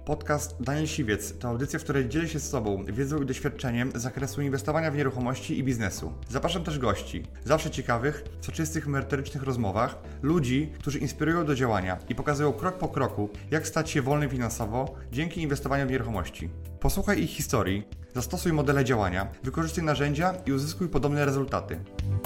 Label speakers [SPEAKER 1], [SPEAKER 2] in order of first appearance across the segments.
[SPEAKER 1] Podcast Daniel Siwiec to audycja, w której dzielę się z Tobą wiedzą i doświadczeniem z zakresu inwestowania w nieruchomości i biznesu. Zapraszam też gości, zawsze ciekawych, w soczystych, merytorycznych rozmowach, ludzi, którzy inspirują do działania i pokazują krok po kroku, jak stać się wolnym finansowo dzięki inwestowaniu w nieruchomości. Posłuchaj ich historii, zastosuj modele działania, wykorzystuj narzędzia i uzyskuj podobne rezultaty.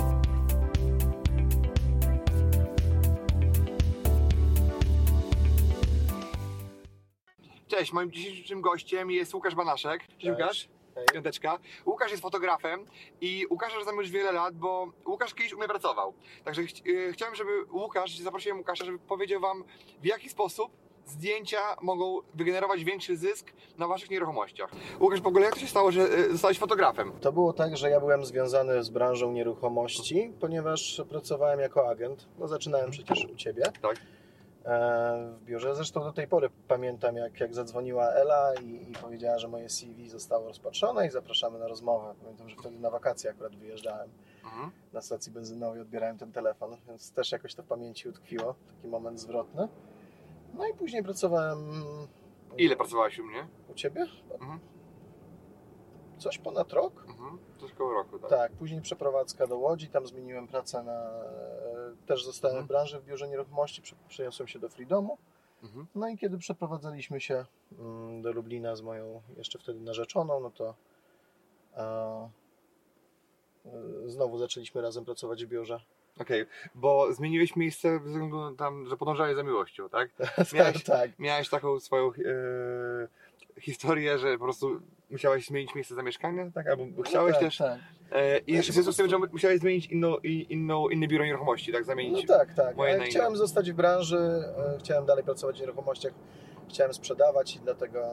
[SPEAKER 2] Cześć, moim dzisiejszym gościem jest Łukasz Banaszek. Cześć Łukasz. Piąteczka. Łukasz jest fotografem i Łukasza znamy już wiele lat, bo Łukasz kiedyś u mnie pracował. Także chciałem, żeby zaprosiłem Łukasza, żeby powiedział Wam, w jaki sposób zdjęcia mogą wygenerować większy zysk na Waszych nieruchomościach. Łukasz, w ogóle jak to się stało, że zostałeś fotografem?
[SPEAKER 3] To było tak, że ja byłem związany z branżą nieruchomości, ponieważ pracowałem jako agent. No, zaczynałem przecież u Ciebie.
[SPEAKER 2] Tak.
[SPEAKER 3] W biurze. Zresztą do tej pory pamiętam, jak zadzwoniła Ela i powiedziała, że moje CV zostało rozpatrzone i zapraszamy na rozmowę. Pamiętam, że wtedy na wakacje akurat wyjeżdżałem na stacji benzynowej, odbierałem ten telefon, więc też jakoś to w pamięci utkwiło, taki moment zwrotny. No i później pracowałem...
[SPEAKER 2] Ile pracowałeś u mnie?
[SPEAKER 3] U Ciebie? Coś ponad rok.
[SPEAKER 2] Coś koło roku, tak?
[SPEAKER 3] Tak, później przeprowadzka do Łodzi, tam zmieniłem pracę na... Też zostałem w branży w biurze nieruchomości, przeniosłem się do Freedomu. No i kiedy przeprowadzaliśmy się do Lublina z moją jeszcze wtedy narzeczoną, no to znowu zaczęliśmy razem pracować w biurze.
[SPEAKER 2] Okej, bo zmieniłeś miejsce ze względu na tam, że podążałeś za miłością, tak?
[SPEAKER 3] Tak.
[SPEAKER 2] Miałeś taką swoją historię, że po prostu musiałeś zmienić miejsce zamieszkania, tak? Albo chciałeś też.
[SPEAKER 3] Tak.
[SPEAKER 2] I w związku z tym, że musiałeś zmienić inne biuro nieruchomości, tak? Zamienić.
[SPEAKER 3] No tak.
[SPEAKER 2] Moje na
[SPEAKER 3] Chciałem
[SPEAKER 2] inne.
[SPEAKER 3] zostać w branży, chciałem dalej pracować w nieruchomościach, chciałem sprzedawać i dlatego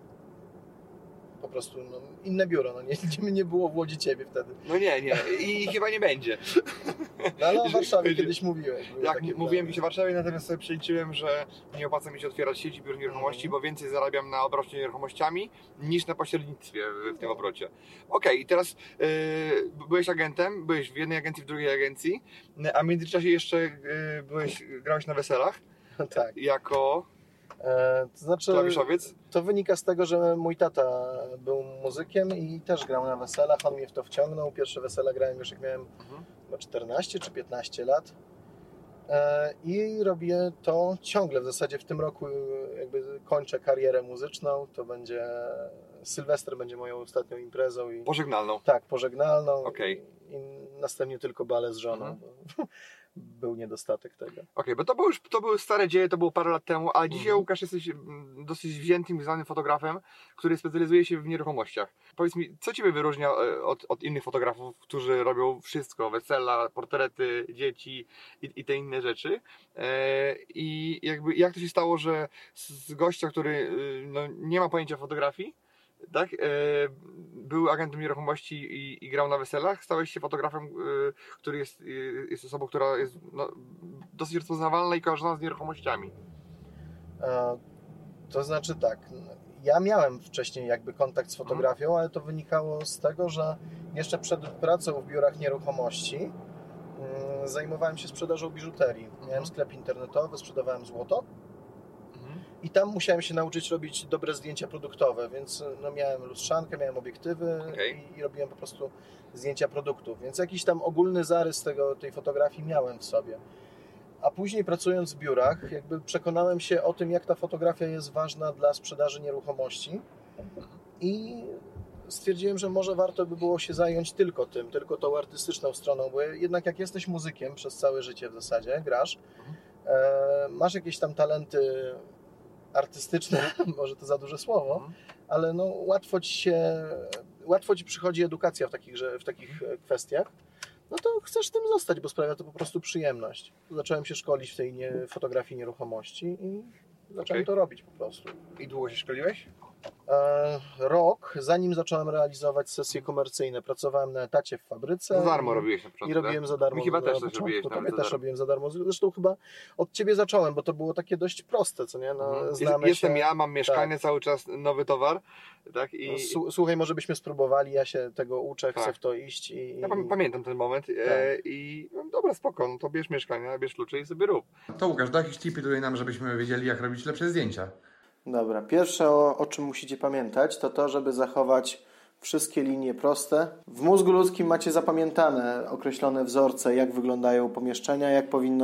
[SPEAKER 3] po prostu inne biuro. Nie było w Łodzi Ciebie wtedy.
[SPEAKER 2] No nie. I chyba nie będzie.
[SPEAKER 3] No ale o Warszawie kiedyś mówiłeś.
[SPEAKER 2] Jak mówiłem gdzieś o Warszawie, natomiast sobie przeliczyłem, że nie opłaca mi się otwierać sieci biur nieruchomości, bo więcej zarabiam na obrocie nieruchomościami niż na pośrednictwie w tym obrocie. Okej, i teraz byłeś agentem, byłeś w jednej agencji, w drugiej agencji, a w międzyczasie jeszcze grałeś na weselach.
[SPEAKER 3] Tak.
[SPEAKER 2] Jako
[SPEAKER 3] To znaczy,
[SPEAKER 2] klawiszowiec.
[SPEAKER 3] to wynika z tego, że mój tata był muzykiem i też grał na weselach, on mnie w to wciągnął. Pierwsze wesela grałem już jak miałem chyba 14 czy 15 lat i robię to ciągle. W zasadzie w tym roku jakby kończę karierę muzyczną, to będzie Sylwester będzie moją ostatnią imprezą.
[SPEAKER 2] Pożegnalną.
[SPEAKER 3] Tak, pożegnalną.
[SPEAKER 2] Okej.
[SPEAKER 3] I następnie tylko bale z żoną. Bo był niedostatek tego.
[SPEAKER 2] Okej, bo to były stare dzieje, to było parę lat temu, ale dzisiaj Łukasz jesteś dosyć wziętym i znanym fotografem, który specjalizuje się w nieruchomościach. Powiedz mi, co Ciebie wyróżnia od innych fotografów, którzy robią wszystko, wesela, portrety, dzieci i te inne rzeczy? I jakby jak to się stało, że z gościa, który nie ma pojęcia o fotografii, tak? Był agentem nieruchomości i grał na weselach. Stałeś się fotografem, który jest osobą, która jest dosyć rozpoznawalna i kojarzona z nieruchomościami.
[SPEAKER 3] To znaczy tak, ja miałem wcześniej jakby kontakt z fotografią, ale to wynikało z tego, że jeszcze przed pracą w biurach nieruchomości zajmowałem się sprzedażą biżuterii. Miałem sklep internetowy, sprzedawałem złoto. I tam musiałem się nauczyć robić dobre zdjęcia produktowe, więc miałem lustrzankę, miałem obiektywy i robiłem po prostu zdjęcia produktów, więc jakiś tam ogólny zarys tej fotografii miałem w sobie. A później pracując w biurach, jakby przekonałem się o tym, jak ta fotografia jest ważna dla sprzedaży nieruchomości i stwierdziłem, że może warto by było się zająć tylko tą artystyczną stroną, bo jednak jak jesteś muzykiem przez całe życie w zasadzie, grasz, masz jakieś tam talenty artystyczne, może to za duże słowo, ale łatwo Ci przychodzi edukacja w takich kwestiach, no to chcesz tym zostać, bo sprawia to po prostu przyjemność. Zacząłem się szkolić w tej fotografii nieruchomości i zacząłem to robić po prostu.
[SPEAKER 2] I długo się szkoliłeś?
[SPEAKER 3] Rok, zanim zacząłem realizować sesje komercyjne. Pracowałem na etacie w fabryce.
[SPEAKER 2] Za darmo robiłeś na początku,
[SPEAKER 3] i robiłem za darmo.
[SPEAKER 2] Mi chyba też coś robiłeś.
[SPEAKER 3] Tobie też robiłem za darmo. Zresztą chyba od Ciebie zacząłem, bo to było takie dość proste, co nie?
[SPEAKER 2] Jestem ja, mam mieszkanie, cały czas nowy towar. Tak?
[SPEAKER 3] Słuchaj, może byśmy spróbowali, ja się tego uczę, chcę w to iść.
[SPEAKER 2] Ja pamiętam ten moment i dobra, spoko, no to bierz mieszkanie, bierz klucze i sobie rób.
[SPEAKER 1] To Łukasz, daj jakieś tipy tutaj nam, żebyśmy wiedzieli, jak robić lepsze zdjęcia.
[SPEAKER 3] Dobra, pierwsze o czym musicie pamiętać, to to, żeby zachować wszystkie linie proste. W mózgu ludzkim macie zapamiętane określone wzorce, jak wyglądają pomieszczenia, jak powinna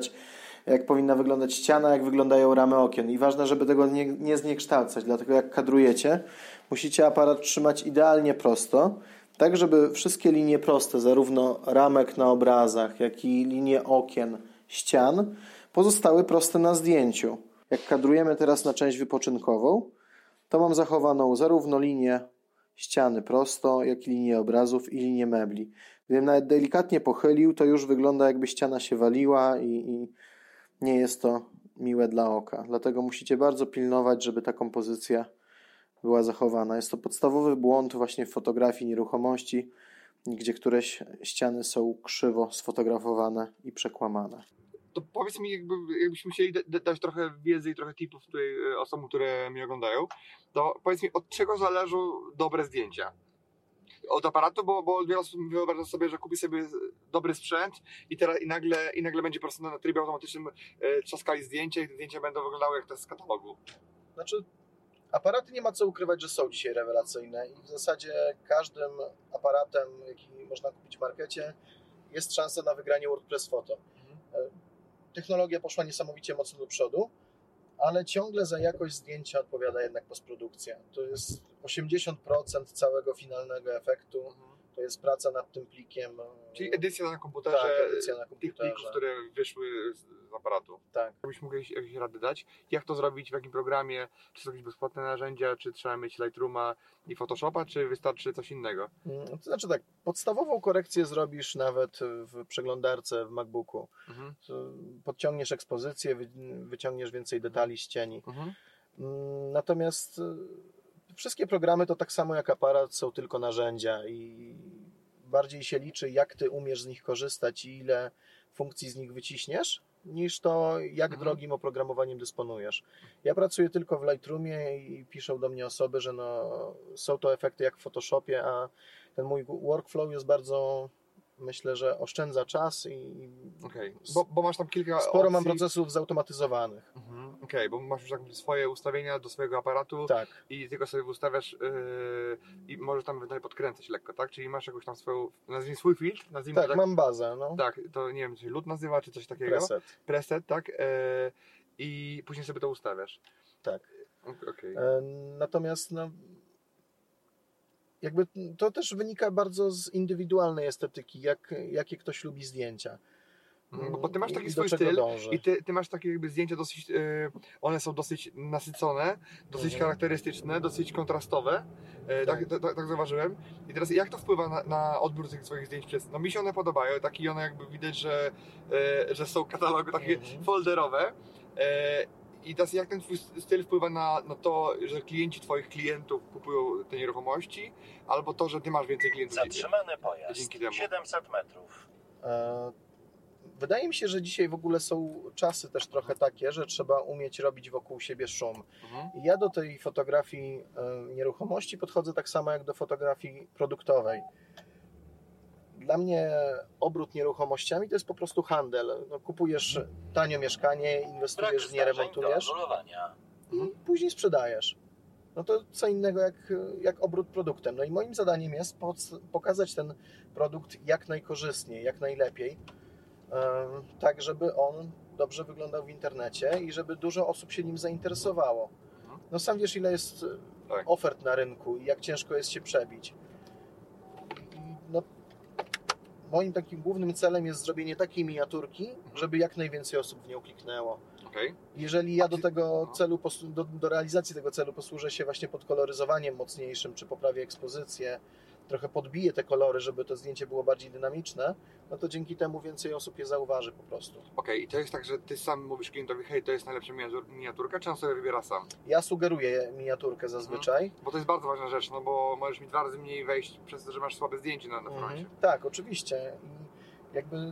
[SPEAKER 3] wyglądać ściana, jak wyglądają ramy okien. I ważne, żeby tego nie zniekształcać, dlatego jak kadrujecie, musicie aparat trzymać idealnie prosto, tak żeby wszystkie linie proste, zarówno ramek na obrazach, jak i linie okien, ścian, pozostały proste na zdjęciu. Jak kadrujemy teraz na część wypoczynkową, to mam zachowaną zarówno linię ściany prosto, jak i linię obrazów i linię mebli. Gdybym nawet delikatnie pochylił, to już wygląda jakby ściana się waliła i nie jest to miłe dla oka. Dlatego musicie bardzo pilnować, żeby ta kompozycja była zachowana. Jest to podstawowy błąd właśnie w fotografii nieruchomości, gdzie któreś ściany są krzywo sfotografowane i przekłamane.
[SPEAKER 2] To powiedz mi, jakbyśmy chcieli dać trochę wiedzy i trochę tipów tutaj osobom, które mnie oglądają, to powiedz mi, od czego zależą dobre zdjęcia? Od aparatu, bo wiele osób wyobraża sobie, że kupi sobie dobry sprzęt i nagle będzie po prostu na trybie automatycznym trzaskali zdjęcia i te zdjęcia będą wyglądały jak te z katalogu.
[SPEAKER 3] Znaczy, aparaty nie ma co ukrywać, że są dzisiaj rewelacyjne i w zasadzie każdym aparatem, jaki można kupić w markecie, jest szansa na wygranie WordPress Photo. Technologia poszła niesamowicie mocno do przodu, ale ciągle za jakość zdjęcia odpowiada jednak postprodukcja. To jest 80% całego finalnego efektu, to jest praca nad tym plikiem.
[SPEAKER 2] Czyli edycja na komputerze,
[SPEAKER 3] tak, edycja na komputerze.
[SPEAKER 2] Tych plików, które wyszły z aparatu.
[SPEAKER 3] Tak.
[SPEAKER 2] Jakbyś mógł jakieś rady dać? Jak to zrobić, w jakim programie? Czy są jakieś bezpłatne narzędzia? Czy trzeba mieć Lightrooma i Photoshopa? Czy wystarczy coś innego?
[SPEAKER 3] To znaczy tak, podstawową korekcję zrobisz nawet w przeglądarce w MacBooku. Podciągniesz ekspozycję, wyciągniesz więcej detali z cieni. Natomiast wszystkie programy to tak samo jak aparat są tylko narzędzia i bardziej się liczy, jak ty umiesz z nich korzystać i ile funkcji z nich wyciśniesz, niż to, jak drogim oprogramowaniem dysponujesz. Ja pracuję tylko w Lightroomie i piszą do mnie osoby, że są to efekty jak w Photoshopie, a ten mój workflow jest bardzo, myślę, że oszczędza czas i
[SPEAKER 2] bo masz tam kilka
[SPEAKER 3] sporo
[SPEAKER 2] opcji.
[SPEAKER 3] mam procesów zautomatyzowanych.
[SPEAKER 2] Bo masz już jakby swoje ustawienia do swojego aparatu i tylko sobie ustawiasz i możesz tam dalej podkręcać lekko, tak? Czyli masz jakąś tam swoją, nazwijmy swój filtr, nazwijmy
[SPEAKER 3] tak, mam bazę, no.
[SPEAKER 2] Tak, to nie wiem, czy LUT nazywa, czy coś takiego. Preset, tak? I później sobie to ustawiasz.
[SPEAKER 3] Tak. Natomiast jakby to też wynika bardzo z indywidualnej estetyki, jakie ktoś lubi zdjęcia.
[SPEAKER 2] Bo ty masz taki swój styl i ty masz takie jakby zdjęcia dosyć, one są dosyć nasycone, dosyć charakterystyczne, dosyć kontrastowe, tak zauważyłem. I teraz jak to wpływa na odbiór tych swoich zdjęć mi się one podobają, takie one jakby widać, że są katalogi takie folderowe. I teraz jak ten twój styl wpływa na to, że klienci twoich klientów kupują te nieruchomości, albo to, że ty masz więcej klientów?
[SPEAKER 4] Zatrzymany pojazd,
[SPEAKER 2] dzięki temu.
[SPEAKER 4] 700 metrów.
[SPEAKER 3] Wydaje mi się, że dzisiaj w ogóle są czasy też trochę takie, że trzeba umieć robić wokół siebie szum. I ja do tej fotografii nieruchomości podchodzę tak samo jak do fotografii produktowej. Dla mnie obrót nieruchomościami to jest po prostu handel. Kupujesz tanio mieszkanie, inwestujesz w nie, remontujesz i później sprzedajesz. To co innego jak obrót produktem. I moim zadaniem jest pokazać ten produkt jak najkorzystniej, jak najlepiej, tak żeby on dobrze wyglądał w internecie i żeby dużo osób się nim zainteresowało. Sam wiesz, ile jest ofert na rynku i jak ciężko jest się przebić. Moim takim głównym celem jest zrobienie takiej miniaturki, żeby jak najwięcej osób w nią kliknęło. Jeżeli ja do tego celu, do realizacji tego celu posłużę się właśnie podkoloryzowaniem mocniejszym, czy poprawię ekspozycję, trochę podbiję te kolory, żeby to zdjęcie było bardziej dynamiczne, to dzięki temu więcej osób je zauważy po prostu.
[SPEAKER 2] I to jest tak, że ty sam mówisz klientowi, hej, to jest najlepsza miniaturka, czy on sobie wybiera sam?
[SPEAKER 3] Ja sugeruję miniaturkę zazwyczaj.
[SPEAKER 2] Bo to jest bardzo ważna rzecz, bo możesz mieć 2 razy mniej wejść przez to, że masz słabe zdjęcie na froncie.
[SPEAKER 3] Tak, oczywiście. I jakby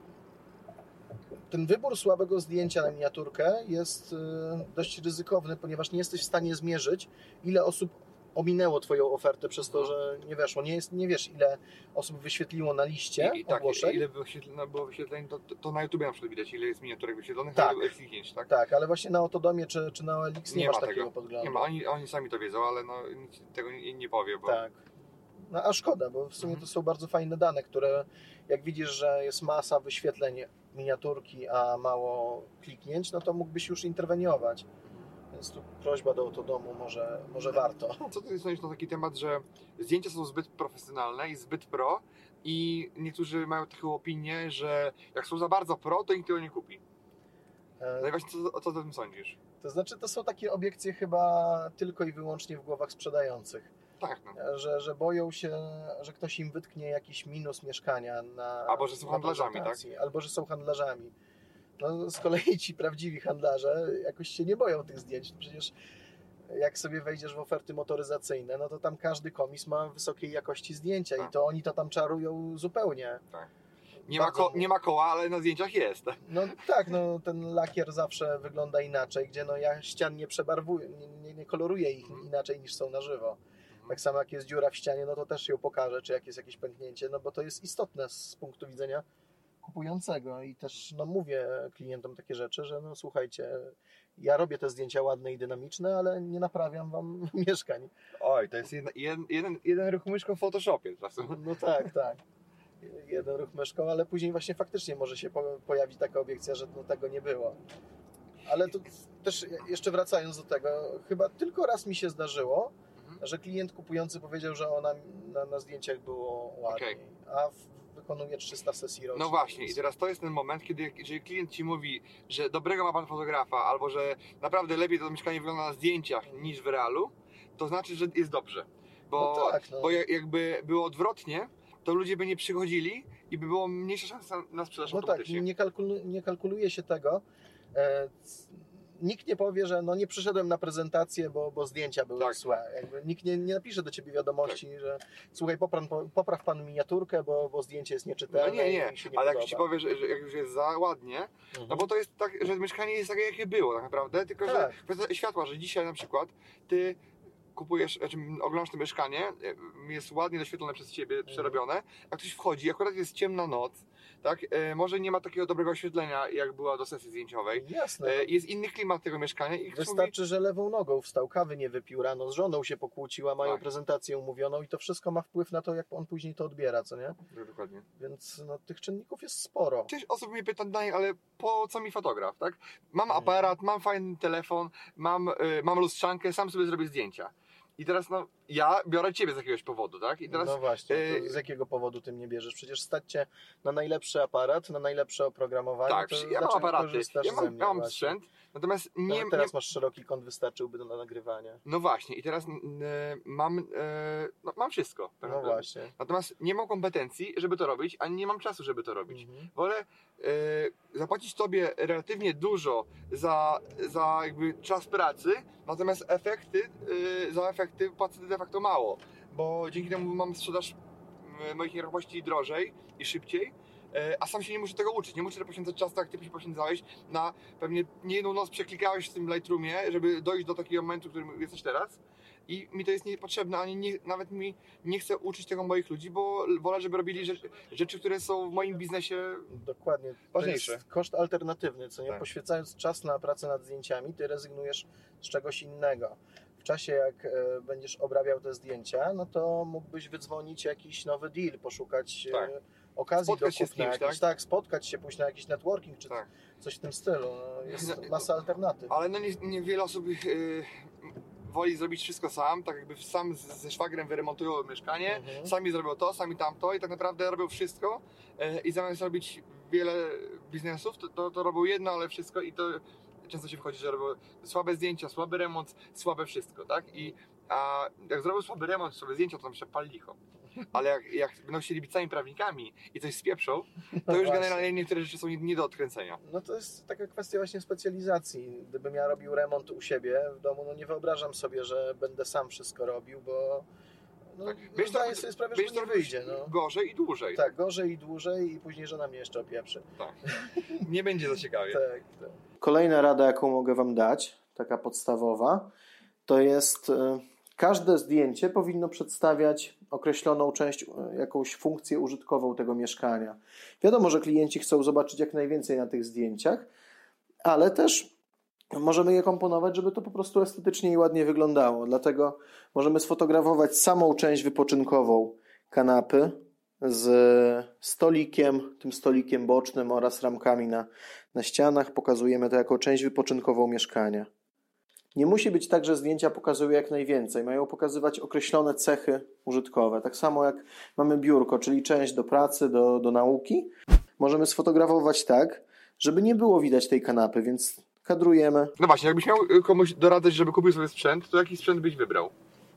[SPEAKER 3] ten wybór słabego zdjęcia na miniaturkę jest dość ryzykowny, ponieważ nie jesteś w stanie zmierzyć, ile osób ominęło twoją ofertę przez to, że nie weszło. Nie wiesz, ile osób wyświetliło na liście ogłoszeń.
[SPEAKER 2] Ile było wyświetleń, to na YouTube na przykład widać, ile jest miniaturek wyświetlonych,
[SPEAKER 3] Tak.
[SPEAKER 2] a ile kliknięć, tak?
[SPEAKER 3] Tak, ale właśnie na Otodomie czy na OLX nie masz
[SPEAKER 2] ma
[SPEAKER 3] takiego
[SPEAKER 2] tego.
[SPEAKER 3] podglądu.
[SPEAKER 2] Nie ma, oni sami to wiedzą, ale no, nikt tego nie powie, bo...
[SPEAKER 3] Tak. No a szkoda, bo w sumie to są bardzo fajne dane, które jak widzisz, że jest masa wyświetleń miniaturki, a mało kliknięć, no to mógłbyś już interweniować. Więc tu prośba do Otodomu, może warto.
[SPEAKER 2] Co ty sądzisz na taki temat, że zdjęcia są zbyt profesjonalne i zbyt pro i niektórzy mają taką opinię, że jak są za bardzo pro, to nikt tego nie kupi. No i właśnie co ty o tym sądzisz?
[SPEAKER 3] To znaczy, to są takie obiekcje chyba tylko i wyłącznie w głowach sprzedających.
[SPEAKER 2] Tak, no.
[SPEAKER 3] Że boją się, że ktoś im wytknie jakiś minus mieszkania na
[SPEAKER 2] Albo że są
[SPEAKER 3] na
[SPEAKER 2] handlarzami,
[SPEAKER 3] prezentacji, albo że są handlarzami. No z kolei ci prawdziwi handlarze jakoś się nie boją tych zdjęć. Przecież jak sobie wejdziesz w oferty motoryzacyjne, no to tam każdy komis ma wysokiej jakości zdjęcia
[SPEAKER 2] Tak.
[SPEAKER 3] i to oni to tam czarują zupełnie.
[SPEAKER 2] Tak.
[SPEAKER 3] Bardzo-
[SPEAKER 2] Nie ma koła, ale na zdjęciach jest.
[SPEAKER 3] No tak, no ten lakier zawsze wygląda inaczej, gdzie no ja ścian nie przebarwuję, nie koloruję ich inaczej niż są na żywo. Tak samo jak jest dziura w ścianie, no to też ją pokażę, czy jak jest jakieś pęknięcie, no bo to jest istotne z punktu widzenia kupującego i też no mówię klientom takie rzeczy, że no słuchajcie, ja robię te zdjęcia ładne i dynamiczne, ale nie naprawiam wam mieszkań.
[SPEAKER 2] Oj, to jest jeden ruch myszką w Photoshopie czasem.
[SPEAKER 3] No tak, tak. Jeden ruch myszką, ale później właśnie faktycznie może się pojawić taka obiekcja, że no tego nie było. Ale to też jeszcze wracając do tego, chyba tylko raz mi się zdarzyło, że klient kupujący powiedział, że ona na zdjęciach było ładniej, a wykonuje 300 sesji rocznie.
[SPEAKER 2] No właśnie, i teraz to jest ten moment, kiedy jeżeli klient ci mówi, że dobrego ma pan fotografa, albo że naprawdę lepiej to mieszkanie wygląda na zdjęciach niż w realu, to znaczy, że jest dobrze. Bo,
[SPEAKER 3] No tak, no.
[SPEAKER 2] bo jakby było odwrotnie, to ludzie by nie przychodzili i by było mniejsza szansa na sprzedaż
[SPEAKER 3] No tak,
[SPEAKER 2] automatycznie.
[SPEAKER 3] nie kalkuluje się tego. Nikt nie powie, że no nie przyszedłem na prezentację, bo zdjęcia były
[SPEAKER 2] Tak.
[SPEAKER 3] złe. Jakby nikt nie napisze do ciebie wiadomości, że słuchaj, popraw pan miniaturkę, bo zdjęcie jest
[SPEAKER 2] No
[SPEAKER 3] nieczytelne
[SPEAKER 2] nie,
[SPEAKER 3] i się nie
[SPEAKER 2] ale jak
[SPEAKER 3] podoba.
[SPEAKER 2] ci powie, że jak już jest za ładnie, no bo to jest tak, że mieszkanie jest takie, jakie było tak naprawdę, tylko
[SPEAKER 3] Tak.
[SPEAKER 2] że kwestia światła, że dzisiaj na przykład ty kupujesz, znaczy oglądasz to mieszkanie, jest ładnie doświetlone przez ciebie, przerobione, a ktoś wchodzi, akurat jest ciemna noc, tak, może nie ma takiego dobrego oświetlenia, jak była do sesji zdjęciowej,
[SPEAKER 3] Jasne.
[SPEAKER 2] jest inny klimat tego mieszkania i ktoś mówi,
[SPEAKER 3] Wystarczy, że lewą nogą wstał, kawy nie wypił rano, z żoną się pokłóciła, mają
[SPEAKER 2] Tak.
[SPEAKER 3] prezentację umówioną i to wszystko ma wpływ na to, jak on później to odbiera, co nie?
[SPEAKER 2] dokładnie.
[SPEAKER 3] Więc no, tych czynników jest sporo.
[SPEAKER 2] Część osób mnie pyta, Daniel, ale po co mi fotograf, tak? Mam aparat, mam fajny telefon, mam lustrzankę, sam sobie zrobię zdjęcia. I teraz no, ja biorę ciebie z jakiegoś powodu, tak? I teraz
[SPEAKER 3] No właśnie, to z jakiego powodu ty mnie bierzesz? Przecież stać cię na najlepszy aparat, na najlepsze oprogramowanie.
[SPEAKER 2] tak,
[SPEAKER 3] to
[SPEAKER 2] ja mam
[SPEAKER 3] dlaczego
[SPEAKER 2] aparaty,
[SPEAKER 3] korzystasz
[SPEAKER 2] ja
[SPEAKER 3] ze mnie
[SPEAKER 2] mam
[SPEAKER 3] właśnie?
[SPEAKER 2] sprzęt, natomiast nie...
[SPEAKER 3] No, teraz masz szeroki kąt, wystarczyłby do nagrywania.
[SPEAKER 2] No właśnie, i teraz mam wszystko. tak
[SPEAKER 3] No
[SPEAKER 2] naprawdę.
[SPEAKER 3] właśnie.
[SPEAKER 2] Natomiast nie mam kompetencji, żeby to robić, ani nie mam czasu, żeby to robić. Wolę zapłacić tobie relatywnie dużo za jakby czas pracy, natomiast za efekty płacę de facto mało, bo dzięki temu mam sprzedaż moich nieruchomości drożej i szybciej, a sam się nie muszę tego uczyć, nie muszę poświęcać czasu, tak jak ty się poświęcałeś, na pewnie nie jedną noc przeklikałeś w tym Lightroomie, żeby dojść do takiego momentu, w którym jesteś teraz. I mi to jest niepotrzebne, ani nawet mi nie chcę uczyć tego moich ludzi, bo wolę, żeby robili rzeczy, które są w moim biznesie.
[SPEAKER 3] Dokładnie.
[SPEAKER 2] Ważniejsze.
[SPEAKER 3] To jest koszt alternatywny, co nie?
[SPEAKER 2] Tak.
[SPEAKER 3] Poświęcając czas na pracę nad zdjęciami, ty rezygnujesz z czegoś innego. W czasie, jak będziesz obrabiał te zdjęcia, no to mógłbyś wydzwonić jakiś nowy deal, poszukać
[SPEAKER 2] Tak.
[SPEAKER 3] okazji
[SPEAKER 2] Spotkać
[SPEAKER 3] do
[SPEAKER 2] się z
[SPEAKER 3] kupna,
[SPEAKER 2] kimś,
[SPEAKER 3] jakiś, tak, spotkać się, pójść na jakiś networking, czy
[SPEAKER 2] Tak.
[SPEAKER 3] coś w tym stylu. No, jest masa alternatyw.
[SPEAKER 2] Ale no niewiele osób woli zrobić wszystko sam, tak jakby sam ze szwagrem wyremontują mieszkanie, sami zrobią to, sami tamto i tak naprawdę robią wszystko i zamiast robić wiele biznesów, to robią jedno, ale wszystko i to często się wchodzi, że robią słabe zdjęcia, słaby remont, słabe wszystko, tak? A jak zrobią słaby remont, słabe zdjęcia, to tam się pali licho. Ale jak będą chcieli być sami prawnikami i coś spieprzą, to już
[SPEAKER 3] właśnie.
[SPEAKER 2] generalnie niektóre rzeczy są nie do odkręcenia.
[SPEAKER 3] No to jest taka kwestia właśnie specjalizacji. Gdybym ja robił remont u siebie w domu, no nie wyobrażam sobie, że będę sam wszystko robił, bo no, zdaję sobie sprawę, że to nie wyjdzie. No.
[SPEAKER 2] Gorzej i dłużej.
[SPEAKER 3] Tak, gorzej i dłużej i później żona mnie jeszcze opieprzy.
[SPEAKER 2] Tak. Nie będzie za ciekawie.
[SPEAKER 3] Tak. Kolejna rada, jaką mogę Wam dać, taka podstawowa, to jest Każde zdjęcie powinno przedstawiać określoną część, jakąś funkcję użytkową tego mieszkania. Wiadomo, że klienci chcą zobaczyć jak najwięcej na tych zdjęciach, ale też możemy je komponować, żeby to po prostu estetycznie i ładnie wyglądało. Dlatego możemy sfotografować samą część wypoczynkową kanapy z stolikiem, tym stolikiem bocznym oraz ramkami na ścianach. Pokazujemy to jako część wypoczynkową mieszkania. Nie musi być tak, że zdjęcia pokazują jak najwięcej. Mają pokazywać określone cechy użytkowe. Tak samo jak mamy biurko, czyli część do pracy, do nauki. Możemy sfotografować tak, żeby nie było widać tej kanapy, więc kadrujemy.
[SPEAKER 2] No właśnie, jakbyś miał komuś doradzać, żeby kupił sobie sprzęt, to jaki sprzęt byś wybrał?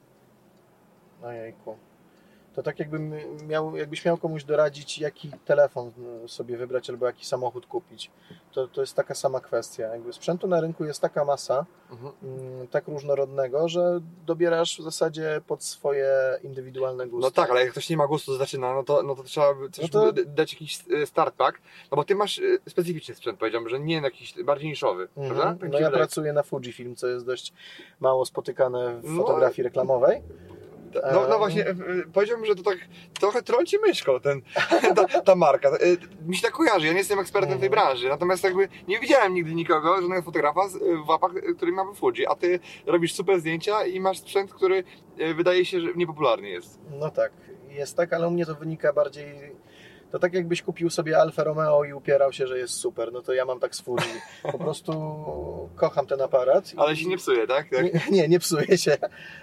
[SPEAKER 3] Ojejku. To tak jakbyś miał komuś doradzić, jaki telefon sobie wybrać albo jaki samochód kupić. To jest taka sama kwestia. Jakby sprzętu na rynku jest taka masa, tak różnorodnego, że dobierasz w zasadzie pod swoje indywidualne gusty.
[SPEAKER 2] No tak, ale jak ktoś nie ma gustu, zaczyna, no to trzeba coś dać jakiś start pack, no bo ty masz specyficzny sprzęt, powiedziałbym, że nie jakiś bardziej niszowy, prawda? Tak
[SPEAKER 3] No ja pracuję na Fujifilm, co jest dość mało spotykane w fotografii reklamowej.
[SPEAKER 2] No właśnie, powiedziałbym, że to tak trochę trąci myszką ta marka. Mi się tak kojarzy, ja nie jestem ekspertem w tej branży, natomiast jakby nie widziałem nigdy nikogo, żadnego fotografa w łapach, który ma w Fuji, a ty robisz super zdjęcia i masz sprzęt, który wydaje się, że niepopularny jest.
[SPEAKER 3] No tak, jest tak, ale u mnie to wynika bardziej... To tak jakbyś kupił sobie Alfa Romeo i upierał się, że jest super, no to ja mam tak z Fuji. Po prostu kocham ten aparat.
[SPEAKER 2] Ale się nie psuje, tak?
[SPEAKER 3] Nie psuje się.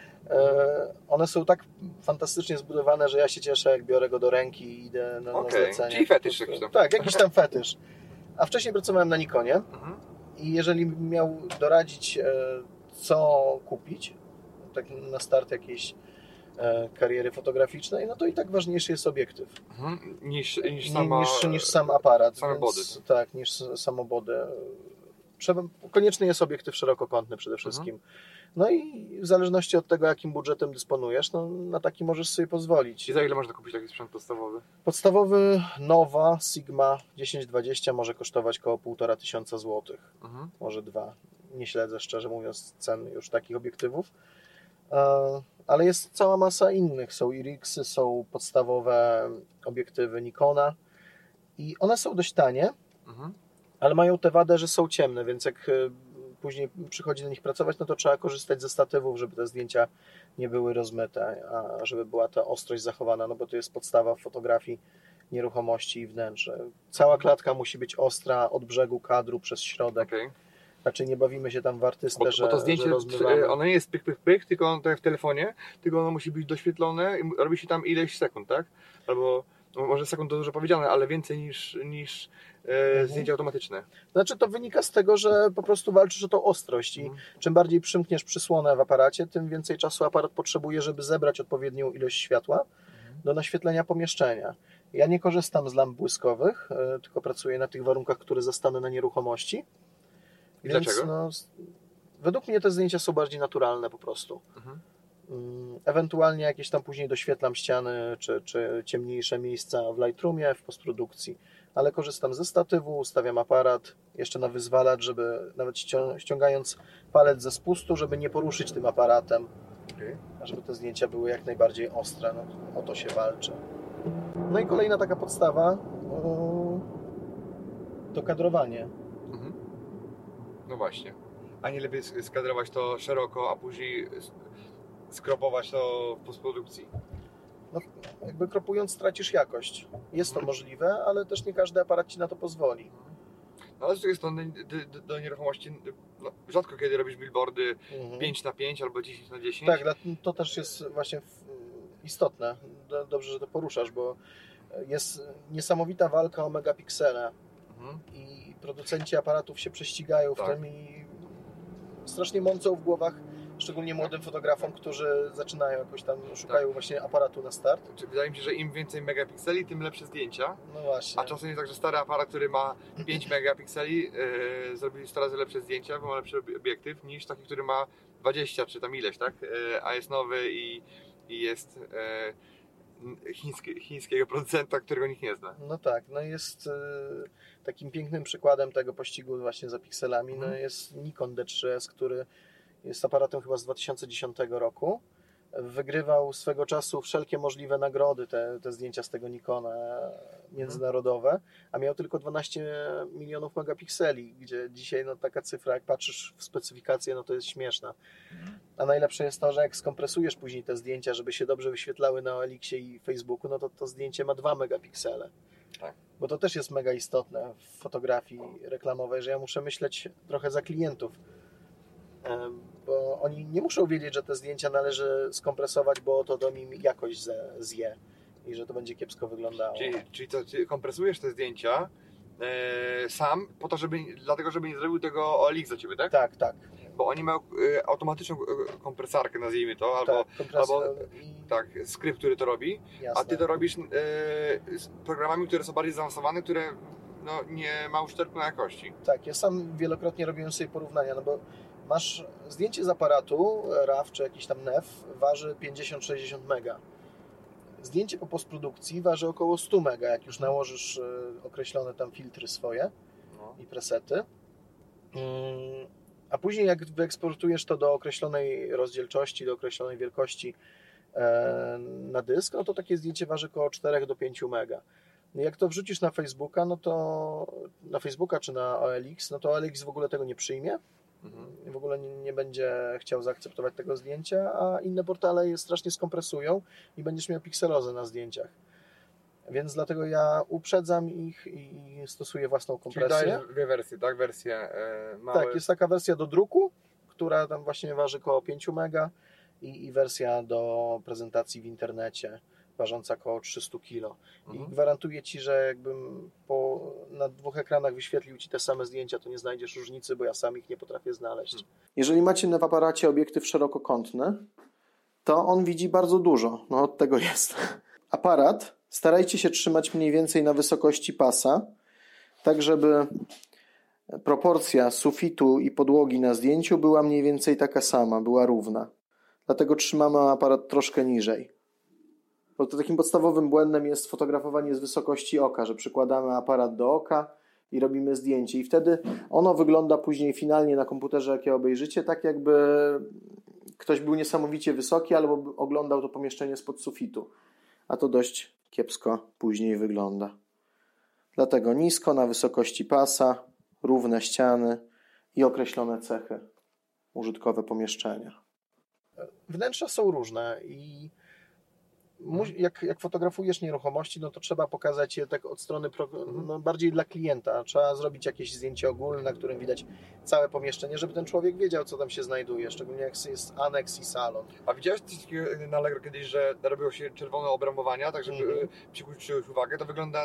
[SPEAKER 3] One są tak fantastycznie zbudowane, że ja się cieszę, jak biorę go do ręki i idę na zlecenie.
[SPEAKER 2] Czyli fetysz jakiś tam.
[SPEAKER 3] Tak, jakiś tam fetysz. A wcześniej pracowałem na Nikonie i jeżeli miał doradzić, co kupić, tak na start jakiejś kariery fotograficznej, no to i tak ważniejszy jest obiektyw. Niż sam aparat.
[SPEAKER 2] Same body.
[SPEAKER 3] Tak, niż samobody. Konieczny jest obiektyw szerokokątny przede wszystkim. No i w zależności od tego, jakim budżetem dysponujesz, no na taki możesz sobie pozwolić.
[SPEAKER 2] I za ile można kupić taki sprzęt podstawowy?
[SPEAKER 3] Podstawowy Nova Sigma 1020 może kosztować około 1500 złotych. Może 2. Nie śledzę, szczerze mówiąc, cen już takich obiektywów. Ale jest cała masa innych. Są Irixy, są podstawowe obiektywy Nikona i one są dość tanie, ale mają tę wadę, że są ciemne, więc jak później przychodzi na nich pracować, no to trzeba korzystać ze statywów, żeby te zdjęcia nie były rozmyte, a żeby była ta ostrość zachowana, no bo to jest podstawa w fotografii nieruchomości i wnętrze. Cała klatka musi być ostra od brzegu kadru przez środek.
[SPEAKER 2] Okay.
[SPEAKER 3] Raczej nie bawimy się tam w artystę,
[SPEAKER 2] bo to zdjęcie, ono nie jest pyk, tylko tak jak w telefonie, tylko ono musi być doświetlone i robi się tam ileś sekund, tak? Albo może sekund to dużo powiedziane, ale więcej niż zdjęcia automatyczne.
[SPEAKER 3] Znaczy to wynika z tego, że po prostu walczysz o tą ostrość i czym bardziej przymkniesz przysłonę w aparacie, tym więcej czasu aparat potrzebuje, żeby zebrać odpowiednią ilość światła do naświetlenia pomieszczenia. Ja nie korzystam z lamp błyskowych, tylko pracuję na tych warunkach, które zastanę na nieruchomości. Więc,
[SPEAKER 2] dlaczego?
[SPEAKER 3] Według mnie te zdjęcia są bardziej naturalne po prostu. Ewentualnie jakieś tam później doświetlam ściany, czy ciemniejsze miejsca w Lightroomie, w postprodukcji. Ale korzystam ze statywu, ustawiam aparat jeszcze na wyzwalacz, żeby nawet ściągając palec ze spustu, żeby nie poruszyć tym aparatem, a żeby te zdjęcia były jak najbardziej ostre. No, o to się walczy. No i kolejna taka podstawa to kadrowanie.
[SPEAKER 2] No właśnie. A nie lepiej skadrować to szeroko, a później skropować to w postprodukcji?
[SPEAKER 3] No, jakby kropując stracisz jakość. Jest to możliwe, ale też nie każdy aparat Ci na to pozwoli.
[SPEAKER 2] No ale z drugiej strony do nieruchomości rzadko kiedy robisz billboardy 5x5 albo 10x10.
[SPEAKER 3] Tak, to też jest właśnie istotne. Dobrze, że to poruszasz, bo jest niesamowita walka o megapiksele i producenci aparatów się prześcigają w tym i strasznie mącą w głowach, szczególnie młodym fotografom, którzy zaczynają jakoś tam, szukają właśnie aparatu na start.
[SPEAKER 2] Wydaje mi się, że im więcej megapikseli, tym lepsze zdjęcia.
[SPEAKER 3] No właśnie.
[SPEAKER 2] A czasem jest tak, że stary aparat, który ma 5 megapikseli, zrobi 100 razy lepsze zdjęcia, bo ma lepszy obiektyw, niż taki, który ma 20 czy tam ileś, tak? A jest nowy i jest chińskiego producenta, którego nikt nie zna.
[SPEAKER 3] No tak, no jest takim pięknym przykładem tego pościgu właśnie za pikselami, no jest Nikon D3S, który jest aparatem chyba z 2010 roku wygrywał swego czasu wszelkie możliwe nagrody, te zdjęcia z tego Nikona międzynarodowe, a miał tylko 12 milionów megapikseli, gdzie dzisiaj no, taka cyfra, jak patrzysz w specyfikację, no to jest śmieszna. A najlepsze jest to, że jak skompresujesz później te zdjęcia, żeby się dobrze wyświetlały na OLX-ie i Facebooku, no to zdjęcie ma 2 megapiksele.
[SPEAKER 2] Tak.
[SPEAKER 3] Bo to też jest mega istotne w fotografii reklamowej, że ja muszę myśleć trochę za klientów. Bo oni nie muszą wiedzieć, że te zdjęcia należy skompresować, bo to dom im jakość zje i że to będzie kiepsko wyglądało.
[SPEAKER 2] Czyli to, ty kompresujesz te zdjęcia sam, po to, dlatego, żeby nie zrobił tego OLX za ciebie, tak?
[SPEAKER 3] Tak, tak.
[SPEAKER 2] Bo oni mają automatyczną kompresarkę, nazwijmy to, albo tak, skrypt, który to robi,
[SPEAKER 3] jasne.
[SPEAKER 2] a ty to robisz z programami, które są bardziej zaawansowane, które no, nie ma uszczerbku na jakości.
[SPEAKER 3] Tak, ja sam wielokrotnie robiłem sobie porównania, no bo masz zdjęcie z aparatu RAW czy jakiś tam NEF waży 50-60 mega. Zdjęcie po postprodukcji waży około 100 mega, jak już nałożysz określone tam filtry swoje i presety. A później jak wyeksportujesz to do określonej rozdzielczości, do określonej wielkości na dysk, no to takie zdjęcie waży około 4 do 5 mega. Jak to wrzucisz na Facebooka, no to na Facebooka czy na OLX, no to OLX w ogóle tego nie przyjmie. W ogóle nie będzie chciał zaakceptować tego zdjęcia, a inne portale je strasznie skompresują i będziesz miał pikselozę na zdjęciach. Więc dlatego ja uprzedzam ich i stosuję własną kompresję.
[SPEAKER 2] Czyli dajesz dwie wersje, tak? Wersję małe.
[SPEAKER 3] Tak, jest taka wersja do druku, która tam właśnie waży około 5 mega i wersja do prezentacji w internecie ważąca około 300 kg. I gwarantuję Ci, że jakbym na 2 ekranach wyświetlił Ci te same zdjęcia, to nie znajdziesz różnicy, bo ja sam ich nie potrafię znaleźć. Jeżeli macie w aparacie obiektyw szerokokątny, to on widzi bardzo dużo. No od tego jest. Aparat starajcie się trzymać mniej więcej na wysokości pasa, tak żeby proporcja sufitu i podłogi na zdjęciu była mniej więcej taka sama, była równa. Dlatego trzymamy aparat troszkę niżej. Bo to takim podstawowym błędem jest fotografowanie z wysokości oka, że przykładamy aparat do oka i robimy zdjęcie. I wtedy ono wygląda później finalnie na komputerze, jakie obejrzycie, tak jakby ktoś był niesamowicie wysoki albo oglądał to pomieszczenie spod sufitu. A to dość kiepsko później wygląda. Dlatego nisko, na wysokości pasa, równe ściany i określone cechy użytkowe pomieszczenia. Wnętrza są różne i jak fotografujesz nieruchomości, no to trzeba pokazać je tak od strony bardziej dla klienta. Trzeba zrobić jakieś zdjęcie ogólne, na którym widać całe pomieszczenie, żeby ten człowiek wiedział, co tam się znajduje, szczególnie jak jest aneks i salon.
[SPEAKER 2] A widziałeś coś takiego na Allegro kiedyś, że robiło się czerwone obramowania, tak żeby przykuć uwagę? To wygląda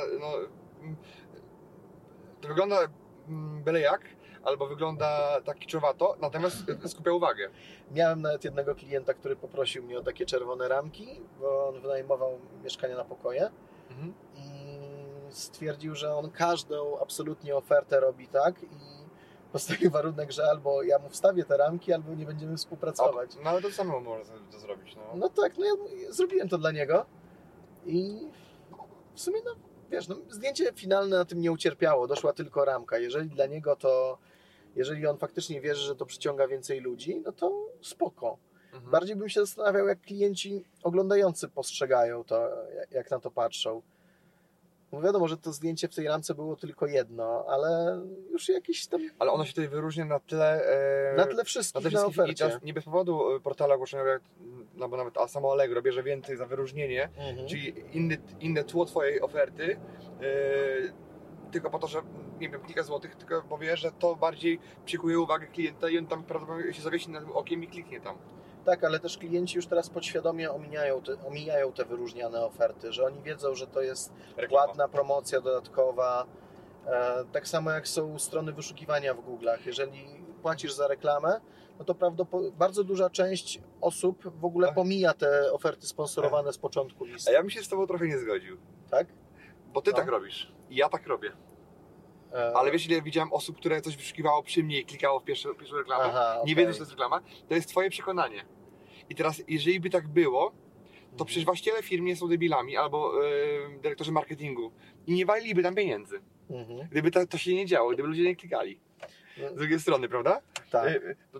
[SPEAKER 2] byle jak, albo wygląda tak kiczowato, natomiast skupia uwagę.
[SPEAKER 3] Miałem nawet jednego klienta, który poprosił mnie o takie czerwone ramki, bo on wynajmował mieszkania na pokoje i stwierdził, że on każdą absolutnie ofertę robi tak i postawił warunek, że albo ja mu wstawię te ramki, albo nie będziemy współpracować.
[SPEAKER 2] No ale to samemu można to zrobić.
[SPEAKER 3] No tak, no ja zrobiłem to dla niego i w sumie wiesz, zdjęcie finalne na tym nie ucierpiało, doszła tylko ramka. Jeżeli on faktycznie wierzy, że to przyciąga więcej ludzi, no to spoko. Bardziej bym się zastanawiał, jak klienci oglądający postrzegają to, jak na to patrzą. No wiadomo, że to zdjęcie w tej ramce było tylko jedno, ale już jakieś tam...
[SPEAKER 2] Ale ono się tutaj wyróżnia na tle...
[SPEAKER 3] na tle wszystkich na ofercie.
[SPEAKER 2] I teraz nie bez powodu portale ogłoszeniowe, no bo nawet samo Allegro bierze więcej za wyróżnienie, czyli inne tło twojej oferty, tylko po to, że nie wiem, kilka złotych, tylko bo wie, że to bardziej przykuje uwagę klienta i on tam prawdopodobnie się zawiesi nad okiem i kliknie tam. Tak, ale też klienci już teraz podświadomie omijają te wyróżniane oferty, że oni wiedzą, że to jest płatna promocja dodatkowa. Tak samo jak są strony wyszukiwania w Google'ach. Jeżeli płacisz za reklamę, no to bardzo duża część osób w ogóle pomija te oferty sponsorowane z początku listy. A ja bym się z tobą trochę nie zgodził.
[SPEAKER 3] Tak?
[SPEAKER 2] Bo ty tak robisz i ja tak robię. Ale wiesz, ile widziałem osób, które coś wyszukiwało przy mnie i klikało w pierwszą reklamę, nie wiedząc, że to jest reklama, to jest twoje przekonanie. I teraz, jeżeli by tak było, to przecież właściciele firm nie są debilami albo dyrektorzy marketingu i nie waliliby tam pieniędzy. Gdyby to się nie działo, gdyby ludzie nie klikali. Z drugiej strony, prawda?
[SPEAKER 3] Tak.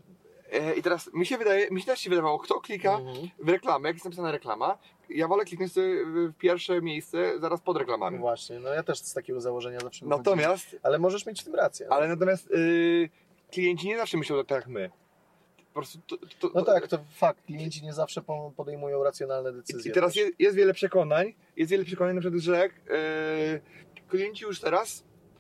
[SPEAKER 2] I teraz mi się też się wydawało, kto klika w reklamę, jak jest napisana reklama, ja wolę kliknąć sobie w pierwsze miejsce zaraz pod reklamami.
[SPEAKER 3] No właśnie, no ja też z takiego założenia zawsze
[SPEAKER 2] Natomiast,
[SPEAKER 3] ale możesz mieć w tym rację.
[SPEAKER 2] natomiast klienci nie zawsze myślą tak jak my. Po prostu
[SPEAKER 3] No tak, to fakt, klienci nie zawsze podejmują racjonalne decyzje.
[SPEAKER 2] I teraz jest wiele przekonań, na przykład, że klienci już teraz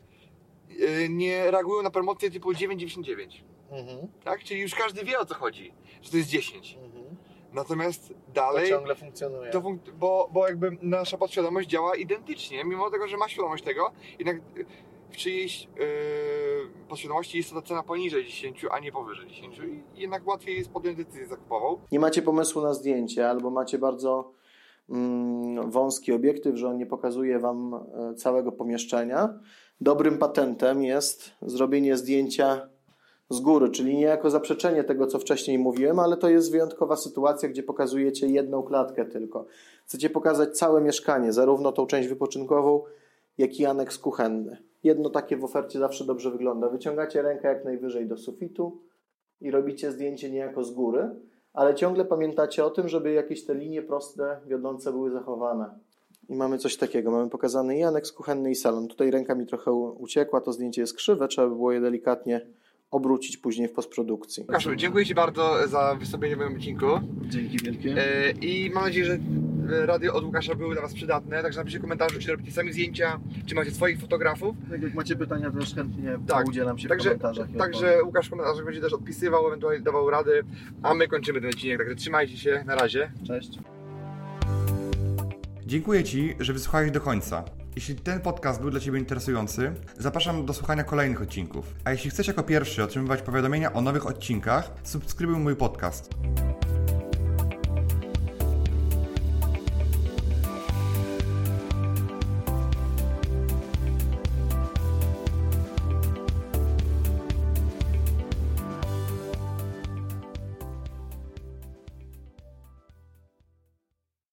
[SPEAKER 2] nie reagują na promocje typu 9,99. Tak? Czyli już każdy wie, o co chodzi, że to jest 10. Natomiast dalej
[SPEAKER 3] to ciągle funkcjonuje.
[SPEAKER 2] Bo jakby nasza podświadomość działa identycznie, mimo tego, że ma świadomość tego, jednak w czyjejś podświadomości jest to ta cena poniżej 10, a nie powyżej 10 i jednak łatwiej jest podjąć decyzję zakupową.
[SPEAKER 3] Nie macie pomysłu na zdjęcie, albo macie bardzo wąski obiektyw, że on nie pokazuje Wam całego pomieszczenia. Dobrym patentem jest zrobienie zdjęcia z góry, czyli nie jako zaprzeczenie tego, co wcześniej mówiłem, ale to jest wyjątkowa sytuacja, gdzie pokazujecie jedną klatkę tylko. Chcecie pokazać całe mieszkanie, zarówno tą część wypoczynkową, jak i aneks kuchenny. Jedno takie w ofercie zawsze dobrze wygląda. Wyciągacie rękę jak najwyżej do sufitu i robicie zdjęcie niejako z góry, ale ciągle pamiętacie o tym, żeby jakieś te linie proste, wiodące były zachowane. I mamy coś takiego. Mamy pokazany i aneks kuchenny, i salon. Tutaj ręka mi trochę uciekła, to zdjęcie jest krzywe, trzeba by było je delikatnie obrócić później w postprodukcji.
[SPEAKER 2] Łukaszu, dziękuję Ci bardzo za wystąpienie w moim odcinku.
[SPEAKER 3] Dzięki wielkie.
[SPEAKER 2] I mam nadzieję, że radio od Łukasza były dla Was przydatne, także napiszcie w komentarzu, czy robicie sami zdjęcia, czy macie swoich fotografów.
[SPEAKER 3] Jak macie pytania, też chętnie udzielam się
[SPEAKER 2] w komentarzach. Także Łukasz w komentarzach będzie też odpisywał, ewentualnie dawał rady, a my kończymy ten odcinek, także trzymajcie się, na razie.
[SPEAKER 3] Cześć.
[SPEAKER 1] Dziękuję Ci, że wysłuchałeś do końca. Jeśli ten podcast był dla Ciebie interesujący, zapraszam do słuchania kolejnych odcinków. A jeśli chcesz jako pierwszy otrzymywać powiadomienia o nowych odcinkach, subskrybuj mój podcast.